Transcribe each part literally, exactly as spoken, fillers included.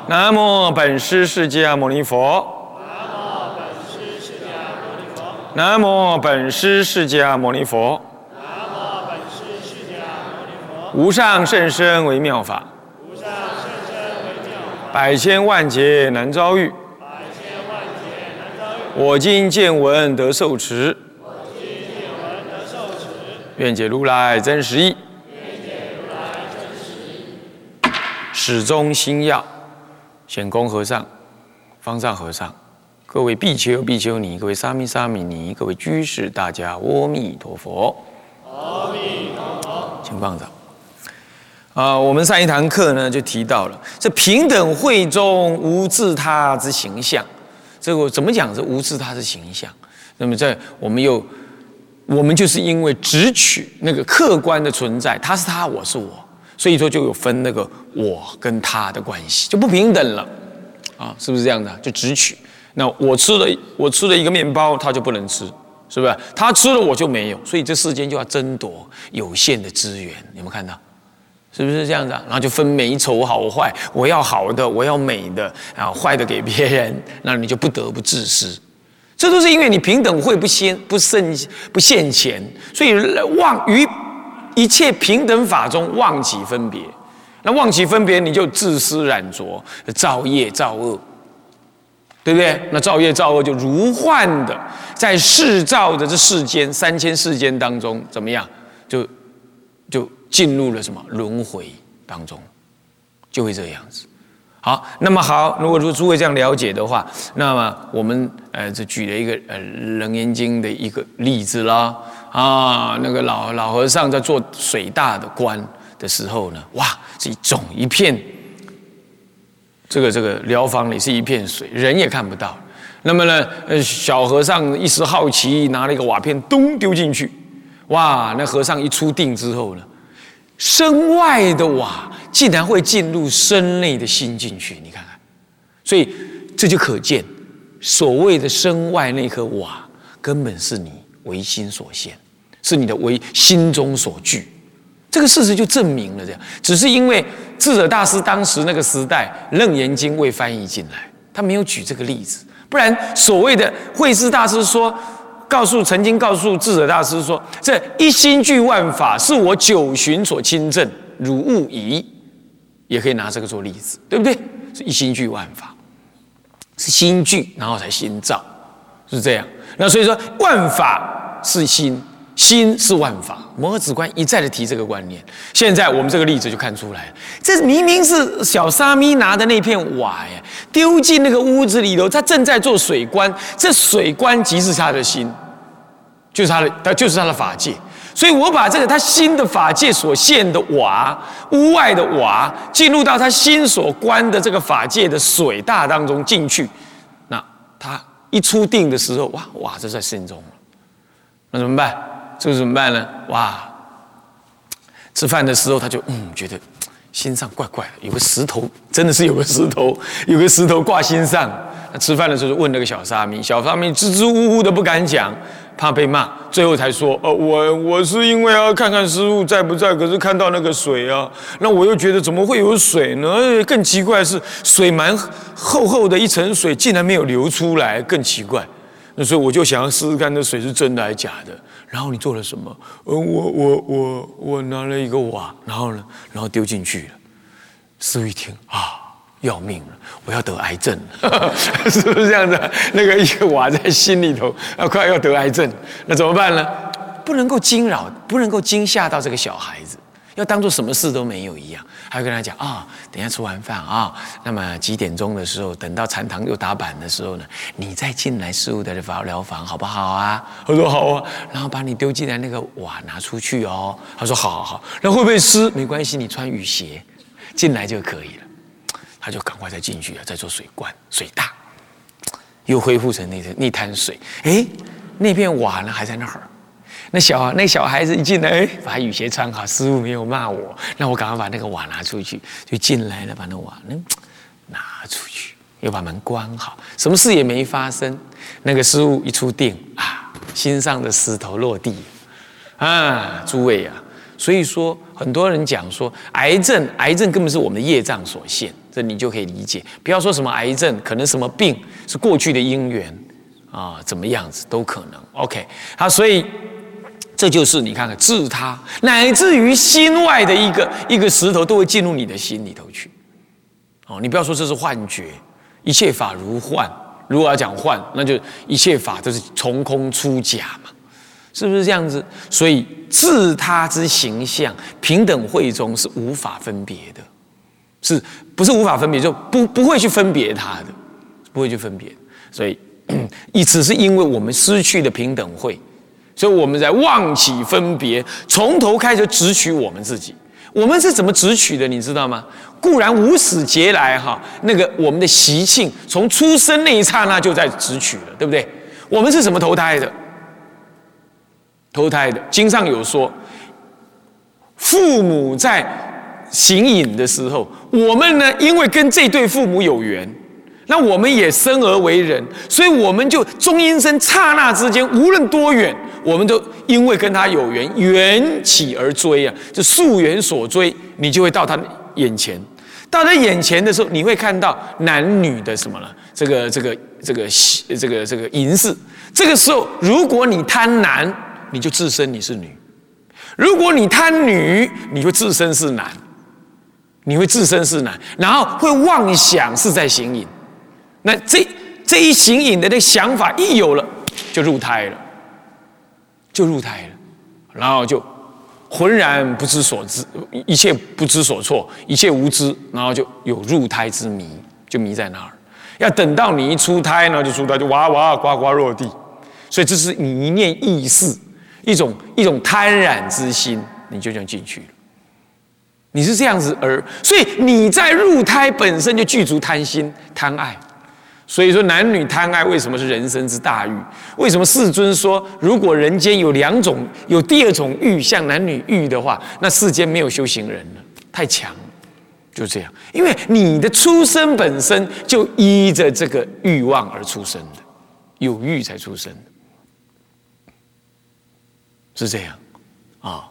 南无本师释迦牟尼佛。南无本师释迦牟尼佛。无上甚深微妙法，百千万劫难遭遇。我今见闻得受持，愿解如来真实义。始终心要，显公和尚、方丈和尚、各位比丘、比丘尼、各位沙弥、沙弥尼、各位居士，大家阿弥陀佛。阿弥陀佛，请放掌。啊、呃，我们上一堂课呢就提到了这平等会中无自他之形象。这个怎么讲？是无自他之形象。那么在我们又，我们就是因为只取那个客观的存在，他是他，我是我，所以说就有分那个我跟他的关系，就不平等了啊，是不是这样的？就只取。那我吃了我吃了一个面包，他就不能吃，是不是？他吃了我就没有，所以这世间就要争夺有限的资源，有没有看到？是不是这样子啊？然后就分美丑好坏，我要好的，我要美的，啊，坏的给别人，那你就不得不自私。这都是因为你平等会不先不甚不现前，所以忘于一切平等法中忘起分别。那忘起分别，你就自私染浊，造业造恶，对不对？那造业造恶就如幻的在世造的这世间三千世间当中，怎么样？就就。进入了什么轮回当中，就会这样子。好，那么好，如果说诸位这样了解的话，那么我们呃就举了一个呃《楞严经》的一个例子啦。啊，那个老老和尚在做水大的官的时候呢，哇，是一种一片，这个这个寮房里是一片水，人也看不到。那么呢，呃小和尚一时好奇，拿了一个瓦片，咚丢进去，哇，那和尚一出定之后呢，身外的瓦竟然会进入身内的心进去，你看看，所以这就可见，所谓的身外那颗瓦，根本是你唯心所现，是你的唯心中所具。这个事实就证明了这样，只是因为智者大师当时那个时代《楞严经》未翻译进来，他没有举这个例子，不然所谓的慧思大师说。告诉曾经告诉智者大师说，这一心具万法是我九旬所亲证，汝勿疑，也可以拿这个做例子，对不对？是一心具万法，是心具，然后才心造，是这样。那所以说，万法是心，心是万法。摩诃止观一再的提这个观念。现在我们这个例子就看出来了，这明明是小沙弥拿的那片瓦呀，丢进那个屋子里头，他正在做水观，这水观即是他的心。就是他的，他就是他的法界，所以我把这个他心的法界所现的瓦，屋外的瓦，进入到他心所观的这个法界的水大当中进去，那他一出定的时候，哇哇，这在心中了，那怎么办？这个怎么办呢？哇，吃饭的时候他就嗯觉得心上怪怪的，有个石头，真的是有个石头，有个石头挂心上。那吃饭的时候就问那个小沙弥，小沙弥支支吾吾的不敢讲。怕被骂，最后才说：“呃，我我是因为要看看师父在不在，可是看到那个水啊，那我又觉得怎么会有水呢？更奇怪的是，水蛮厚厚的一层水，竟然没有流出来，更奇怪。那所以我就想要试试看，那水是真的还是假的。然后你做了什么？呃，我我我我拿了一个瓦，然后呢，然后丢进去了。师父一听啊。”要命了！我要得癌症了，是不是这样的？那个一个瓦在心里头，要快要得癌症，那怎么办呢？不能够惊扰，不能够惊吓到这个小孩子，要当做什么事都没有一样。还要跟他讲啊、哦，等一下吃完饭啊、哦，那么几点钟的时候，等到禅堂又打板的时候呢，你再进来师父的疗房好不好啊？他说好啊，然后把你丢进来那个瓦拿出去哦。他说好好好，那会不会湿？没关系，你穿雨鞋进来就可以了。他就赶快再进去啊，再做水灌，水大，又恢复成那那滩水。哎，那片瓦呢还在那儿。那小那小孩子一进来，哎，把雨鞋穿好，师父没有骂我，那我赶快把那个瓦拿出去，就进来了，把那瓦呢拿出去，又把门关好，什么事也没发生。那个师父一出定啊，心上的石头落地啊，诸位啊。所以说，很多人讲说，癌症，癌症根本是我们的业障所现， 这你就可以理解。不要说什么癌症，可能什么病是过去的因缘啊，怎么样子都可能。OK， 好，所以这就是你看看自他，乃至于心外的一个一个石头都会进入你的心里头去。哦，你不要说这是幻觉，一切法如幻。如果要讲幻，那就一切法都是从空出假嘛，是不是这样子？所以自他之形象，平等会中是无法分别的，是不是无法分别？就不不会去分别它的，不会去分别。所以，亦只是因为我们失去了平等会，所以我们在妄起分别，从头开始直取我们自己。我们是怎么直取的？你知道吗？固然无始劫来哈，那个我们的习性，从出生那一刹那就在直取了，对不对？我们是怎么投胎的？投胎的，经上有说，父母在行淫的时候，我们呢，因为跟这对父母有缘，那我们也生而为人，所以我们就中阴身刹那之间，无论多远，我们都因为跟他有缘，缘起而追啊，就溯缘所追，你就会到他眼前。到他眼前的时候，你会看到男女的什么呢？这个这个这个这个这个淫事。这个时候，如果你贪男，你就自身你是女；如果你贪女，你会自身是男，你会自身是男，然后会妄想是在行淫。那这这一行淫的那想法一有了，就入胎了，就入胎了，然后就浑然不知所知，一切不知所措，一切无知，然后就有入胎之迷，就迷在那儿。要等到你一出胎呢，就出胎就哇哇呱呱落地。所以这是你一念意识，一种一种贪染之心，你就这样进去了。你是这样子而，所以你在入胎本身就具足贪心、贪爱。所以说男女贪爱为什么是人生之大欲？为什么世尊说，如果人间有两种、有第二种欲，像男女欲的话，那世间没有修行人了，太强了，就这样。因为你的出生本身就依着这个欲望而出生的，有欲才出生的，是这样啊。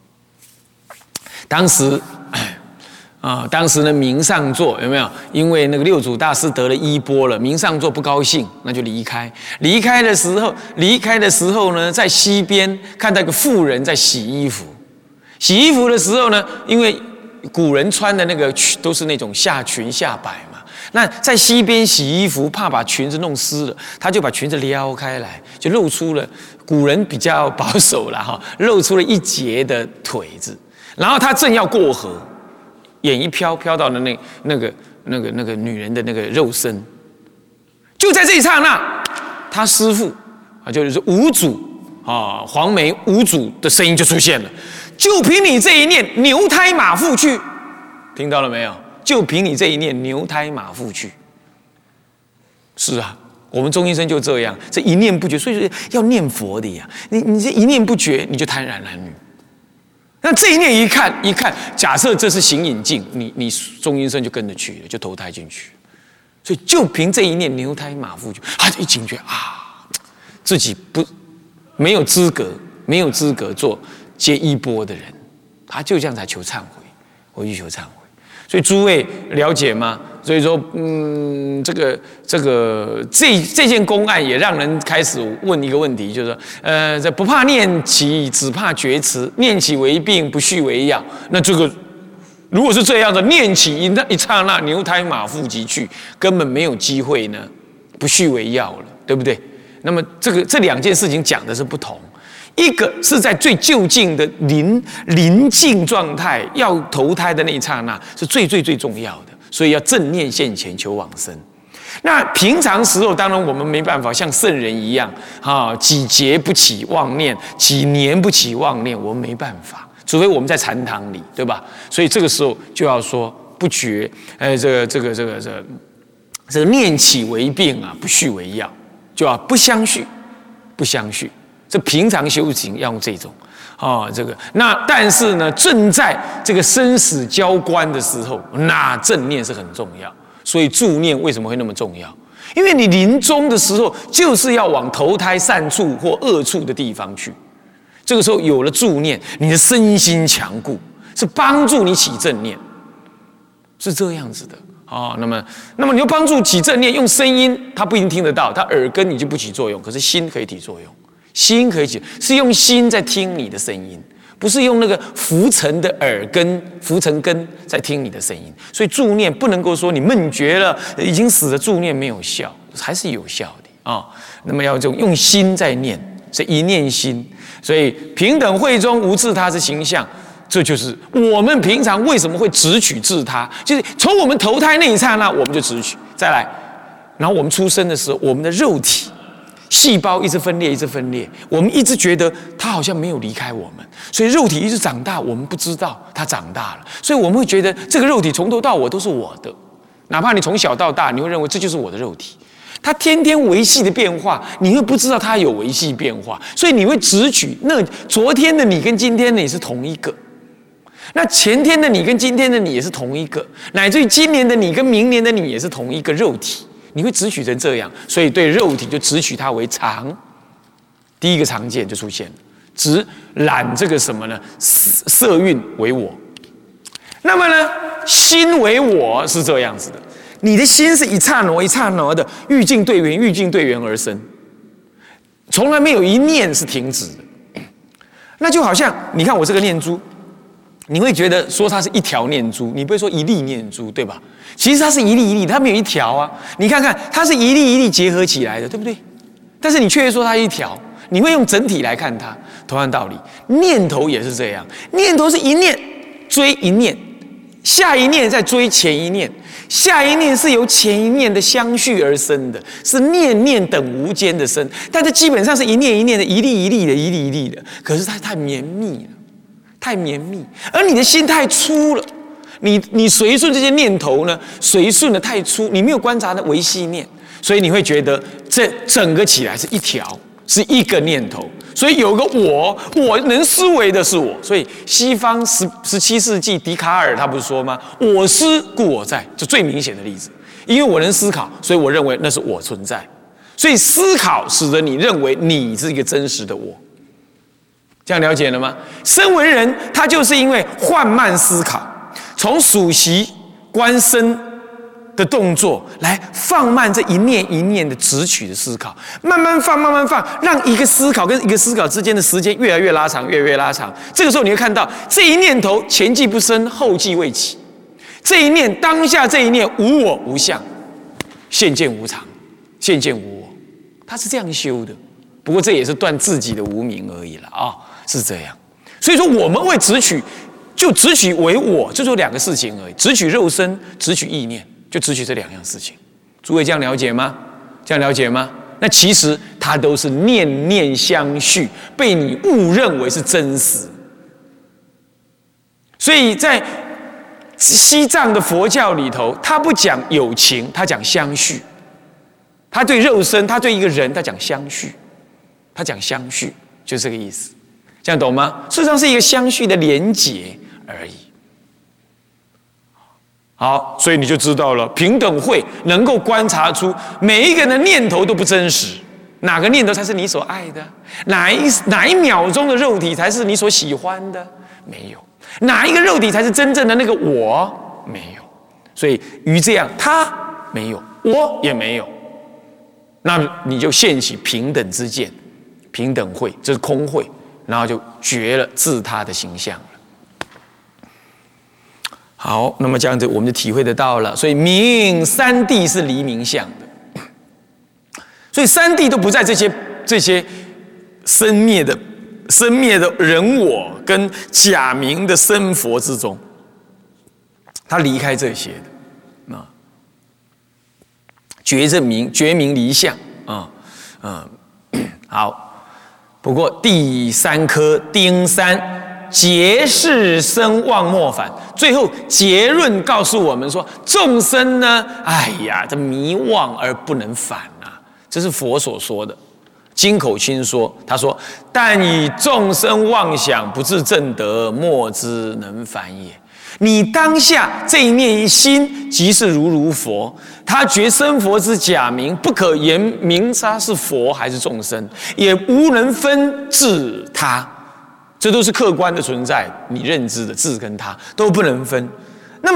当时。啊，当时呢，明上座有没有？因为那个六祖大师得了衣钵了，明上座不高兴，那就离开。离开的时候，离开的时候呢，在溪边看到一个妇人在洗衣服。洗衣服的时候呢，因为古人穿的那个都是那种下裙下摆嘛，那在溪边洗衣服，怕把裙子弄湿了，他就把裙子撩开来，就露出了古人比较保守了哈，露出了一截的腿子。然后他正要过河。眼一飘，飘到了那那个那个那个女人的那个肉身，就在这一刹那，他师父啊，就是五祖啊，黄梅五祖的声音就出现了。就凭你这一念，牛胎马腹去，听到了没有？就凭你这一念，牛胎马腹去。是啊，我们中阴身就这样，这一念不绝，所以说要念佛的呀。你你这一念不绝，你就贪染男女。那这一念一看一看，假设这是行引境，你你中阴身就跟着去了，就投胎进去。所以就凭这一念牛胎马腹去，他就一警觉啊，自己不没有资格，没有资格做接衣钵的人，他就这样才求忏悔，回去求忏悔。所以诸位了解吗？所以说，嗯，这个这个这这件公案也让人开始问一个问题，就是说，呃，这不怕念起，只怕觉迟。念起为病，不续为药。那这个如果是这样的，念起一一刹那，牛胎马腹即去，根本没有机会呢，不续为药了，对不对？那么这个这两件事情讲的是不同。一个是在最就近的临临近状态要投胎的那一刹那，是最最最重要的，所以要正念现前求往生。那平常时候，当然我们没办法像圣人一样啊，几劫不起妄念，几年不起妄念，我们没办法，除非我们在禅堂里，对吧？所以这个时候就要说不觉，呃，这个这个这个这个这个念起为病啊，不续为药，就要不相续，不相续。这平常修行要用这种，啊、哦，这个那但是呢，正在这个生死交关的时候，那正念是很重要。所以助念为什么会那么重要？因为你临终的时候，就是要往投胎善处或恶处的地方去。这个时候有了助念，你的身心强固，是帮助你起正念。 是这样子的啊。那么，那么你要帮助起正念，用声音，他不一定听得到，他耳根已经不起作用，可是心可以起作用，心可以起，是用心在听你的声音，不是用那个浮尘的耳根、浮尘根在听你的声音。所以助念不能够说你闷绝了，已经死了，助念没有效，还是有效的啊。那么要用用心在念，是一念心。所以平等慧中无自他之形象。这就是我们平常为什么会执取自他，就是从我们投胎那一刹那，我们就执取。再来，然后我们出生的时候，我们的肉体细胞一直分裂，一直分裂，我们一直觉得它好像没有离开我们，所以肉体一直长大，我们不知道它长大了，所以我们会觉得这个肉体从头到尾都是我的，哪怕你从小到大，你会认为这就是我的肉体。它天天维系的变化，你会不知道它有维系变化，所以你会执取那昨天的你跟今天的你是同一个。那前天的你跟今天的你也是同一个，乃至于今年的你跟明年的你也是同一个肉体，你会执取成这样，所以对肉体就执取它为常。第一个常见就出现了，只揽这个什么呢？色蕴为我。那么呢，心为我是这样子的，你的心是一刹那一刹那的欲境对缘，欲境对缘而生，从来没有一念是停止的。那就好像你看我这个念珠。你会觉得说它是一条念珠，你不会说一粒念珠，对吧？其实它是一粒一粒，它没有一条啊。你看看，它是一粒一粒结合起来的，对不对？但是你却说它一条，你会用整体来看它。同样道理，念头也是这样，念头是一念追一念，下一念再追前一念，下一念是由前一念的相续而生的，是念念等无间的生，但是基本上是一念一念的，一粒一粒的，一粒一粒的。可是它太绵密了。太绵密，而你的心太粗了，你你随顺这些念头呢，随顺的太粗，你没有观察的维系念，所以你会觉得这整个起来是一条，是一个念头，所以有个我，我能思维的是我，所以西方十十七世纪笛卡尔他不是说吗？我思故我在，这最明显的例子，因为我能思考，所以我认为那是我存在，所以思考使得你认为你是一个真实的我。这样了解了吗？声闻人他就是因为缓慢思考，从数息观身的动作来放慢这一念一念的直取的思考，慢慢放，慢慢放，让一个思考跟一个思考之间的时间越来越拉长，越来越拉长。这个时候你会看到，这一念头前继不生，后继未起。这一念当下这一念无我无相，现见无常，现见无我，他是这样修的。不过这也是断自己的无明而已了啊。是这样，所以说我们会执取，就执取为我，这就两个事情而已。执取肉身，执取意念，就执取这两样事情。诸位这样了解吗？这样了解吗？那其实它都是念念相续，被你误认为是真实。所以在西藏的佛教里头，他不讲有情，他讲相续。他对肉身，他对一个人，他讲相续，他讲相续，就这个意思。这样懂吗？事实上是一个相续的连结而已。好，所以你就知道了，平等慧能够观察出每一个人的念头都不真实，哪个念头才是你所爱的？哪一哪一秒钟的肉体才是你所喜欢的？没有。哪一个肉体才是真正的那个我？没有。所以于这样，他没有，我也没有，那你就现起平等之见，平等慧，这是空慧。然后就绝了自他的形象了。好，那么这样子我们就体会得到了。所以明三谛是离明相的，所以三谛都不在这些这些生灭的生灭的人我跟假名的生佛之中，他离开这些的啊，觉正明觉明离相啊，嗯，好。不过第三颗丁三结是生妄莫返，最后结论告诉我们说，众生呢，哎呀，这迷妄而不能返啊，这是佛所说的。金口清说，他说：“但以众生妄想不至正德，莫之能返也。”你当下这一念一心，即是如如佛。他觉生佛之假名，不可言明他是佛还是众生，也无能分自他。这都是客观的存在，你认知的自跟他都不能分。那么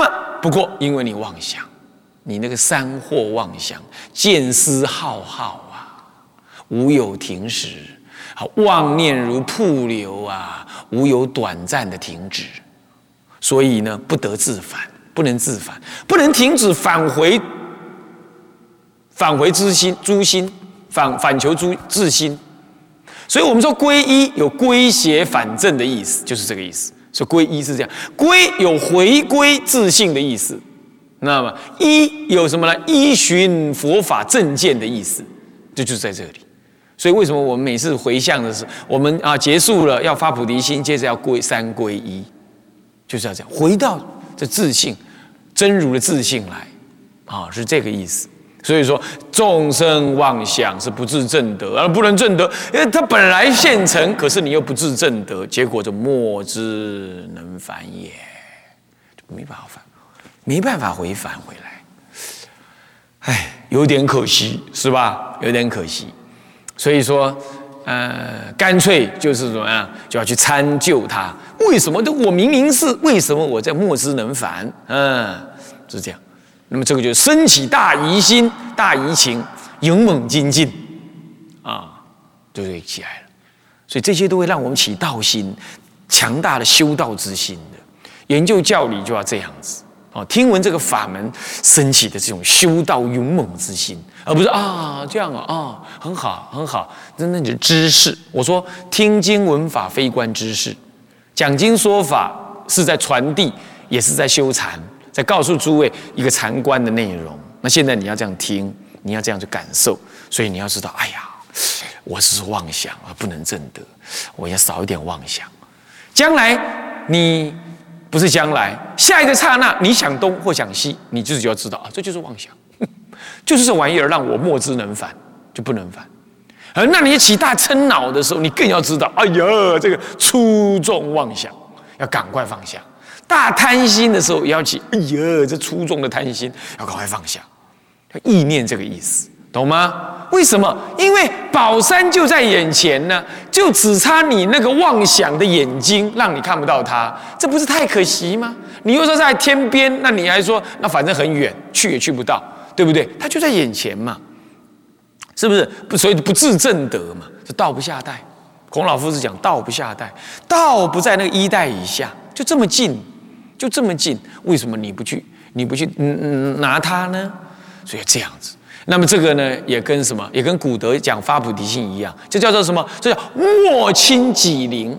不过因为你妄想，你那个三惑妄想，见思浩浩啊，无有停时。好，妄念如瀑流啊，无有短暂的停止，所以呢，不得自返，不能自返，不能停止返回，返回之心，诸心，反反求诸自心。所以我们说皈依有归邪反正的意思，就是这个意思。所以皈依是这样，归有回归自性的意思，那么依有什么呢？依循佛法正见的意思，这就是在这里。所以为什么我们每次回向的时候，我们啊结束了要发菩提心，接着要归三皈依，就是要这样回到这自性真如的自性来，啊是这个意思。所以说众生妄想是不自正得，而不能正得，因为它本来现成，可是你又不自正得，结果就莫之能返也，就没办法返，没办法回返回来。哎，有点可惜，是吧？有点可惜。所以说，呃，干脆就是怎么样，就要去参究它。为什么？我明明是为什么我在莫之能返？嗯，是这样。那么这个就是升起大疑心、大疑情，勇猛精进，啊，就会起来了。所以这些都会让我们起道心，强大的修道之心的。研究教理就要这样子。哦，听闻这个法门升起的这种修道勇猛之心，而不是啊这样啊啊很好很好，那那你的知识。我说听经闻法非观知识，讲经说法是在传递，也是在修禅，在告诉诸位一个禅观的内容。那现在你要这样听，你要这样去感受，所以你要知道，哎呀，我是妄想而不能证得，我要少一点妄想。将来你。不是将来，下一个刹那，你想东或想西，你自己就要知道啊，这就是妄想，就是这玩意儿让我莫之能返，就不能返。而那你起大嗔恼的时候，你更要知道，哎呀，这个粗重妄想，要赶快放下；大贪心的时候，也要起，哎呀，这粗重的贪心，要赶快放下。意念这个意思，懂吗？为什么？因为宝山就在眼前呢，就只差你那个妄想的眼睛，让你看不到它，这不是太可惜吗？你又说在天边，那你还说那反正很远，去也去不到，对不对？它就在眼前嘛，是不是？所以不自正得嘛，就道不下带。孔老夫子讲道不下带，道不在那个衣带以下，就这么近，就这么近，为什么你不去？你不去嗯嗯拿它呢？所以这样子。那么这个呢，也跟什么？也跟古德讲发菩提心一样，这叫做什么？这叫握亲己灵，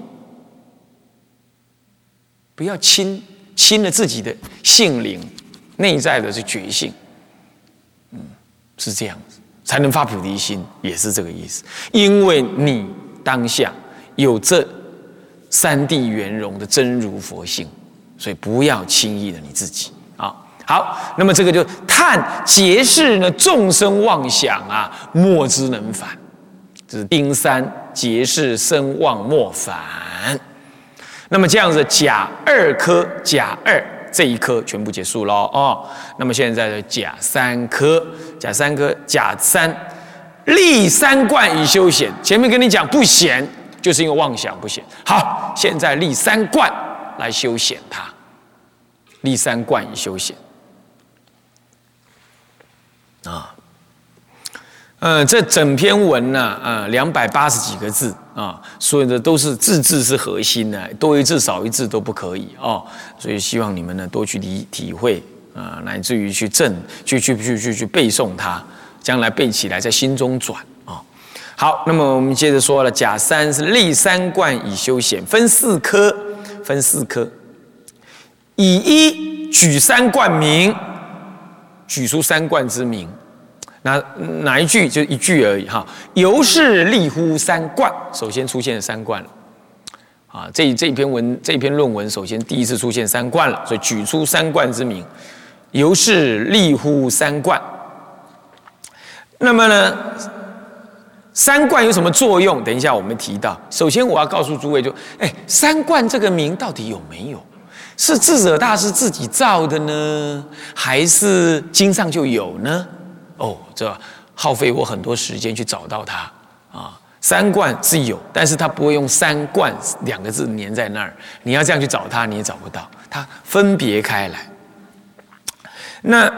不要亲亲了自己的性灵，内在的是觉性，嗯，是这样子，才能发菩提心，也是这个意思。因为你当下有这三谛圆融的真如佛性，所以不要轻易的你自己啊。好，那么这个就叹劫世呢，众生妄想啊，莫之能返。这是丁三劫世生妄莫返。那么这样子甲二科，甲二这一科全部结束了哦。那么现在的甲三科，甲三科，甲三立三观以修显。前面跟你讲不显，就是因为妄想不显。好，现在立三观来修显它，立三观以修显。啊，呃，这整篇文呢、啊，呃，两百八十几个字啊，所有的都是字字是核心的，多一字少一字都不可以哦。所以希望你们呢多去理体会啊，乃至于去证，去去去去去背诵它，将来背起来在心中转啊、哦。好，那么我们接着说了，甲三是立三观以修显，分四科，分四科，以一举三观名。举出三观之名，那哪一句就一句而已哈。由是立乎三观，首先出现三观了，啊，这这篇文这篇论文首先第一次出现三观了，所以举出三观之名，由是立乎三观。那么呢，三观有什么作用？等一下我们提到。首先我要告诉诸位就，就哎，三观这个名到底有没有？是智者大师自己造的呢，还是经上就有呢？哦，这耗费我很多时间去找到它啊。三观是有，但是它不会用三观两个字粘在那儿，你要这样去找它，你也找不到，它分别开来。 那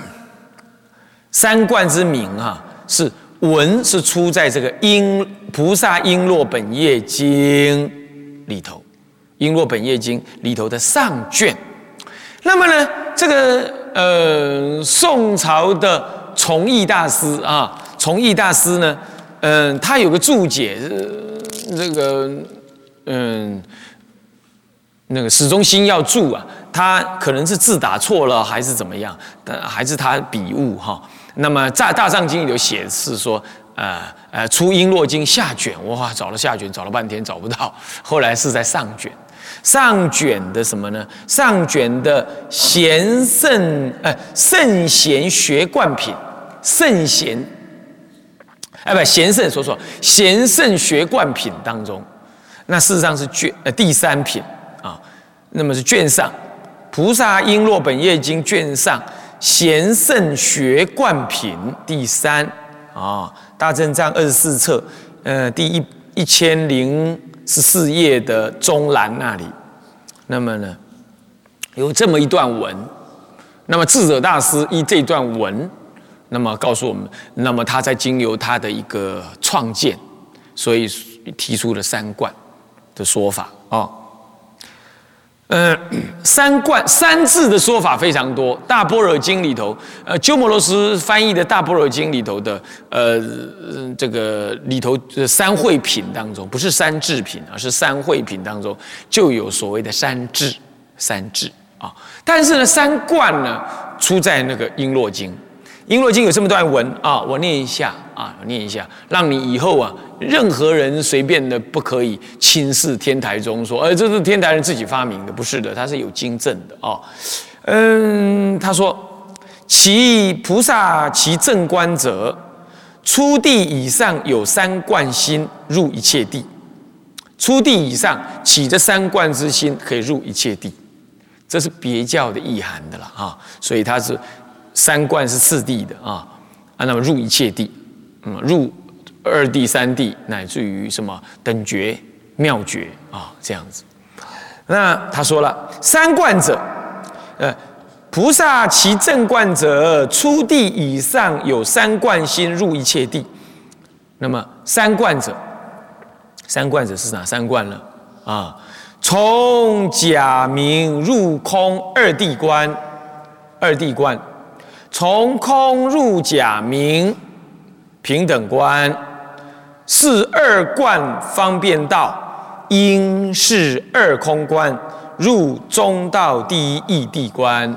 三观之名啊，是文是出在这个璎菩萨璎珞本业经里头，璎珞本业经里头的上卷。那么呢，这个呃宋朝的崇义大师啊，崇义大师呢，嗯、呃，他有个注解，呃、这个嗯。那个始终心要注啊，他可能是字打错了，还是怎么样？但还是他笔误哈。那么在《大藏经》里有写是说，呃呃，出璎珞经下卷，哇，找了下卷找了半天找不到，后来是在上卷。上卷的什么呢？上卷的贤圣呃圣贤学贯品，圣贤，哎不贤圣说错，贤圣学贯品当中，那事实上是卷呃第三品。啊，那么是卷上，菩萨璎珞本业经卷上贤圣学贯品第三啊，大正藏二十四册，呃，第一一千零十四页的中栏那里，那么呢，有这么一段文，那么智者大师依这段文，那么告诉我们，那么他在经由他的一个创建，所以提出了三观的说法啊。哦呃，三观三字的说法非常多，《大般若经》里头，呃，鸠摩罗什翻译的《大般若经》里头的，呃，这个里头的三会品当中，不是三智品，而是三会品当中就有所谓的三智，三智啊。但是呢，三观呢出在那个《璎珞经》，《璎珞经》有这么段文啊，我念一下啊，我念一下，让你以后啊。任何人随便的不可以轻视天台宗说，呃，这是天台人自己发明的，不是的，它是有经证的哦。嗯，他说，其菩萨其正观者，初地以上有三观心入一切地，初地以上起着三观之心可以入一切地，这是别教的意涵的了啊。所以它是三观是次第的啊啊，那么入一切地，嗯，入。二地、三地，乃至于什么等觉、妙觉啊，这样子。那他说了，三观者，呃，菩萨其正观者，初地以上有三观心入一切地。那么三观者，三观者是哪三观呢？啊，从假名入空二地观，二地观，从空入假名平等观。是二观方便道，应是二空观，入中道第一义谛观。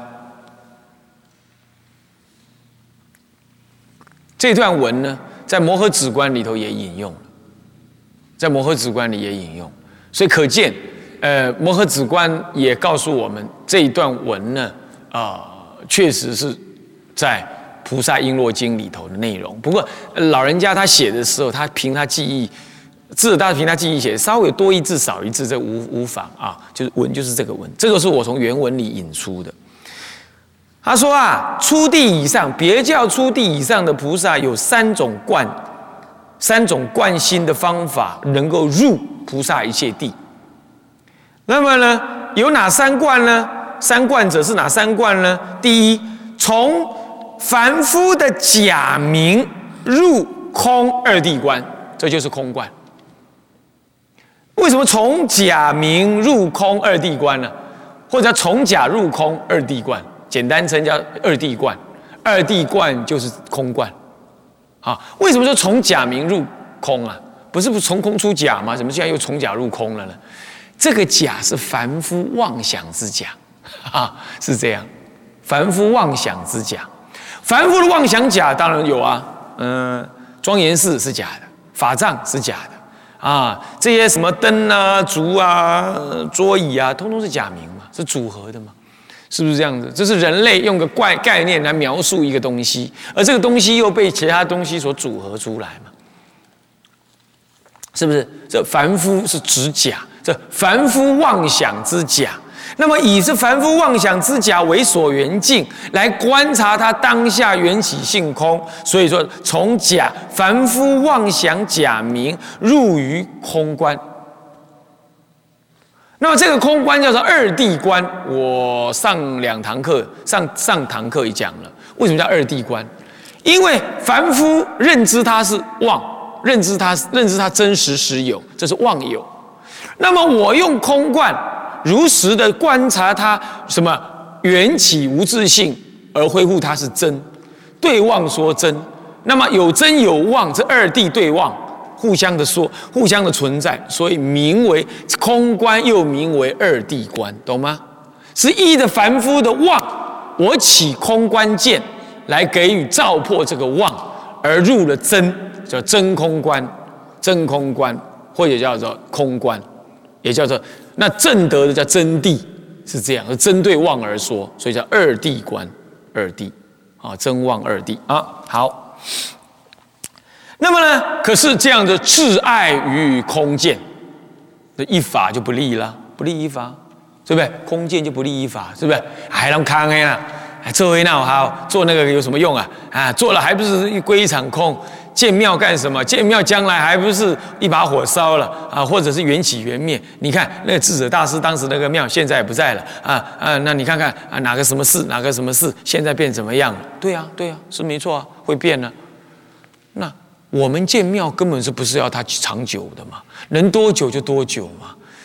这段文呢，在摩诃止观里头也引用了，在摩诃止观里也引用，所以可见，呃，摩诃止观也告诉我们这一段文呢，啊、呃，确实是在。菩萨璎珞经里头的内容，不过老人家他写的时候，他凭他记忆，智者大师凭他记忆写，稍微多一字少一字，这无无妨啊。就是文就是这个文，这个是我从原文里引出的。他说啊，初地以上，别教初地以上的菩萨有三种观，三种观心的方法，能够入菩萨一切地。那么呢，有哪三观呢？三观者是哪三观呢？第一，从凡夫的假名入空二地观，这就是空观。为什么从假名入空二地观呢？或者从假入空二地观，简单称叫二地观。二地观就是空观。啊，为什么说从假名入空啊？不是不从空出假吗？怎么现在又从假入空了呢？这个假是凡夫妄想之假，啊，是这样，凡夫妄想之假。凡夫的妄想假当然有啊，嗯，庄严寺是假的，法藏是假的，啊，这些什么灯啊、烛啊、桌椅啊，通通是假名嘛，是组合的嘛，是不是这样子？这是人类用个怪概念来描述一个东西，而这个东西又被其他东西所组合出来嘛，是不是？这凡夫是指假，这凡夫妄想之假。那么以这凡夫妄想之假为所缘境来观察它当下缘起性空，所以说从假凡夫妄想假名入于空观。 那么这个空观叫做二谛观。我上两堂课，上上堂课也讲了，为什么叫二谛观？因为凡夫认知它是妄，认知它认知它真实实有，这是妄有。那么我用空观如实的观察它什么缘起无自性，而恢复它是真，对妄说真。那么有真有妄，这二谛对妄，互相的说，互相的存在，所以名为空观，又名为二谛观，懂吗？是依的凡夫的妄，我起空观见来给予照破这个妄，而入了真，叫真空观，真空观，或者叫做空观，也叫做那正得的叫真谛，是这样，是针对妄而说，所以叫二谛观，二谛啊，真妄二谛啊，好。那么呢？可是这样的挚爱于空见，这一法就不利了，不利一法，对不对？空见就不利一法，是不是？还能康哎啦，还做一那好，做那个有什么用啊？啊，做了还不是归一场空？建庙干什么？建庙将来还不是一把火烧了啊？或者是缘起缘灭？你看那个智者大师当时那个庙现在也不在了啊啊！那你看看啊，哪个什么寺，哪个什么寺，现在变怎么样了？对啊，对啊，是没错啊，会变呢。那我们建庙根本是不是要它长久的嘛？能多久就多久嘛？